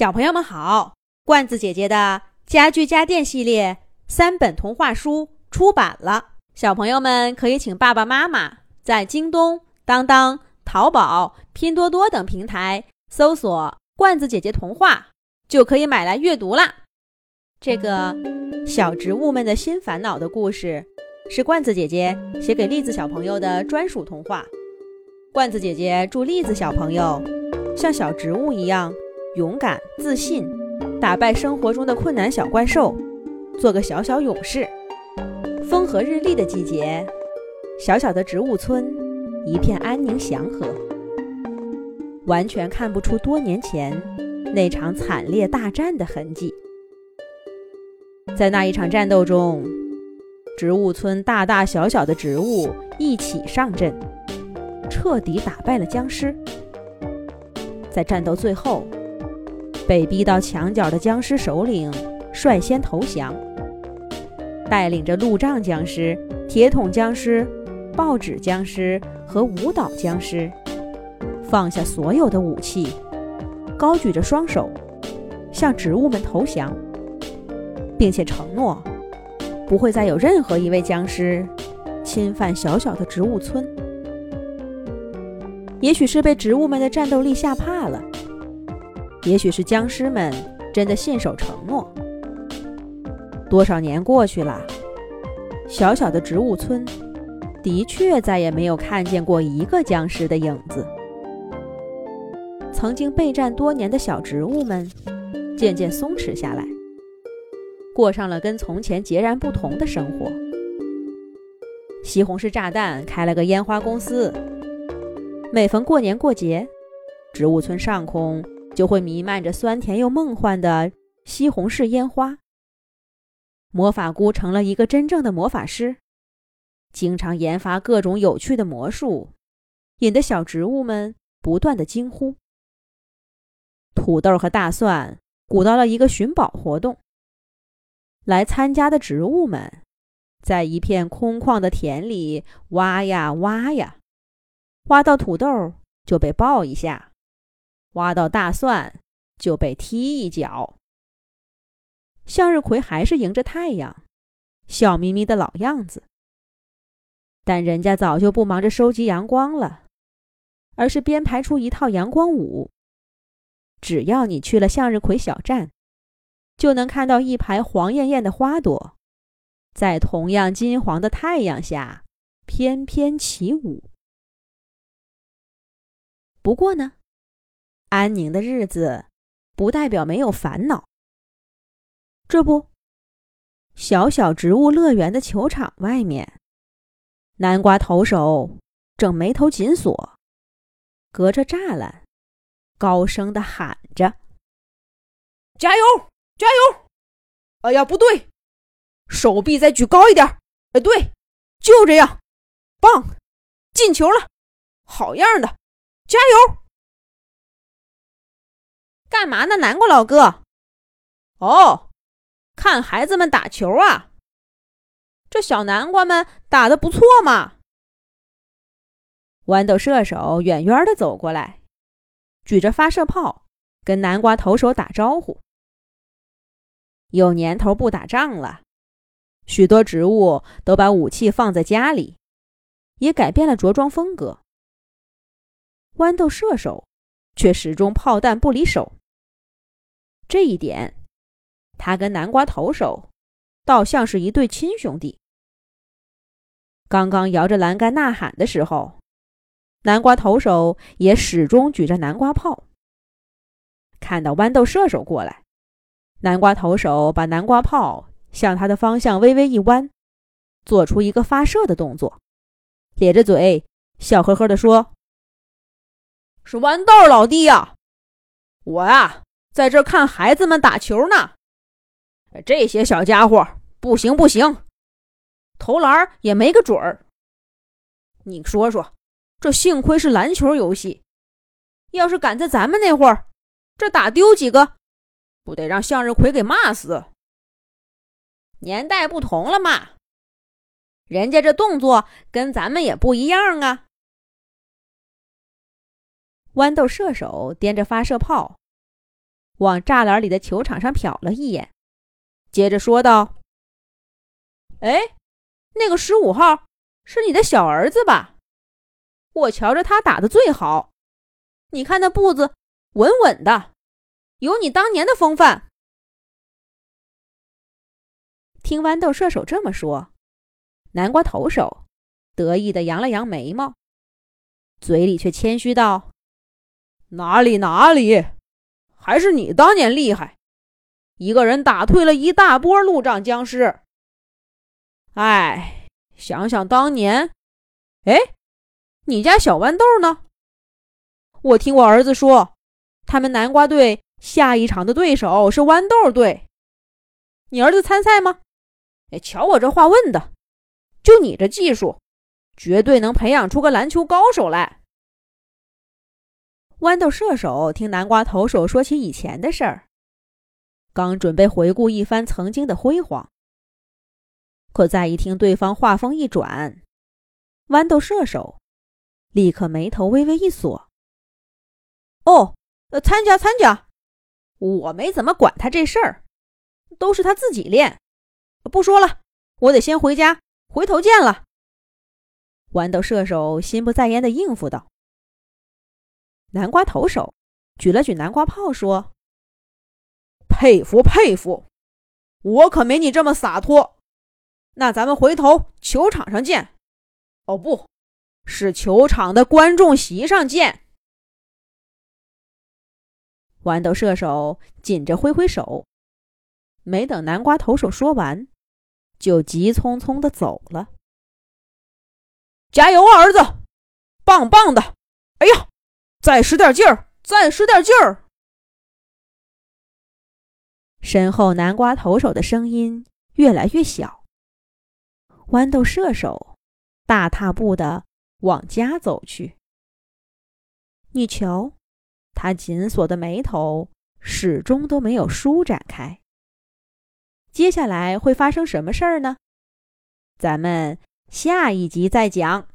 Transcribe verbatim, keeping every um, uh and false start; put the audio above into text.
小朋友们好，罐子姐姐的家具家电系列三本童话书出版了，小朋友们可以请爸爸妈妈在京东、当当、淘宝、拼多多等平台搜索罐子姐姐童话，就可以买来阅读啦。这个小植物们的新烦恼的故事是罐子姐姐写给栗子小朋友的专属童话。罐子姐姐祝栗子小朋友像小植物一样勇敢自信，打败生活中的困难小怪兽，做个小小勇士。风和日丽的季节，小小的植物村一片安宁祥和，完全看不出多年前那场惨烈大战的痕迹。在那一场战斗中，植物村大大小小的植物一起上阵，彻底打败了僵尸。在战斗最后，被逼到墙角的僵尸首领率先投降，带领着路障僵尸、铁桶僵尸、报纸僵尸和舞蹈僵尸，放下所有的武器，高举着双手向植物们投降，并且承诺不会再有任何一位僵尸侵犯小小的植物村。也许是被植物们的战斗力吓怕了，也许是僵尸们真的信守承诺。多少年过去了，小小的植物村的确再也没有看见过一个僵尸的影子。曾经备战多年的小植物们渐渐松弛下来，过上了跟从前截然不同的生活。西红柿炸弹开了个烟花公司，每逢过年过节，植物村上空就会弥漫着酸甜又梦幻的西红柿烟花。魔法菇成了一个真正的魔法师，经常研发各种有趣的魔术，引得小植物们不断的惊呼。土豆和大蒜鼓捣了一个寻宝活动，来参加的植物们在一片空旷的田里挖呀挖呀，挖到土豆就被抱一下，挖到大蒜就被踢一脚。向日葵还是迎着太阳，笑眯眯的老样子，但人家早就不忙着收集阳光了，而是编排出一套阳光舞。只要你去了向日葵小站，就能看到一排黄艳艳的花朵在同样金黄的太阳下翩翩起舞。不过呢，安宁的日子不代表没有烦恼。这不，小小植物乐园的球场外面，南瓜投手正眉头紧锁，隔着栅栏高声地喊着：加油加油！哎呀，不对，手臂再举高一点。哎，对，就这样，棒，进球了，好样的，加油！干嘛呢，南瓜老哥？哦，看孩子们打球啊，这小南瓜们打得不错嘛。豌豆射手远远地走过来，举着发射炮跟南瓜投手打招呼。有年头不打仗了，许多植物都把武器放在家里，也改变了着装风格。豌豆射手却始终炮弹不离手，这一点他跟南瓜投手倒像是一对亲兄弟。刚刚摇着栏杆呐喊的时候，南瓜投手也始终举着南瓜炮。看到豌豆射手过来，南瓜投手把南瓜炮向他的方向微微一弯，做出一个发射的动作，咧着嘴笑呵呵地说：是豌豆老弟呀，我呀在这看孩子们打球呢。这些小家伙不行不行，投篮也没个准儿。你说说，这幸亏是篮球游戏，要是赶在咱们那会儿，这打丢几个，不得让向日葵给骂死。年代不同了嘛，人家这动作跟咱们也不一样啊。豌豆射手掂着发射炮， 往栅栏里的球场上瞟了一眼，接着说道：哎，那个十五号是你的小儿子吧？我瞧着他打得最好，你看那步子稳稳的，有你当年的风范。听豌豆射手这么说，南瓜投手得意地扬了扬眉毛，嘴里却谦虚道：哪里哪里，还是你当年厉害，一个人打退了一大波路障僵尸。哎，想想当年，哎，你家小豌豆呢？我听我儿子说，他们南瓜队下一场的对手是豌豆队。你儿子参赛吗？哎，瞧我这话问的，就你这技术，绝对能培养出个篮球高手来。豌豆射手听南瓜投手说起以前的事儿，刚准备回顾一番曾经的辉煌，可再一听对方话锋一转，豌豆射手立刻眉头微微一锁。哦，呃，参加参加，我没怎么管他这事儿，都是他自己练。不说了，我得先回家，回头见了。豌豆射手心不在焉地应付道。南瓜投手举了举南瓜炮说：佩服佩服，我可没你这么洒脱。那咱们回头球场上见。哦不，是球场的观众席上见。豌豆射手紧着挥挥手，没等南瓜投手说完，就急匆匆地走了。加油啊，儿子，棒棒的！哎呀，再使点劲儿，再使点劲儿！身后南瓜投手的声音越来越小，豌豆射手大踏步地往家走去。你瞧，他紧锁的眉头始终都没有舒展开。接下来会发生什么事儿呢？咱们下一集再讲。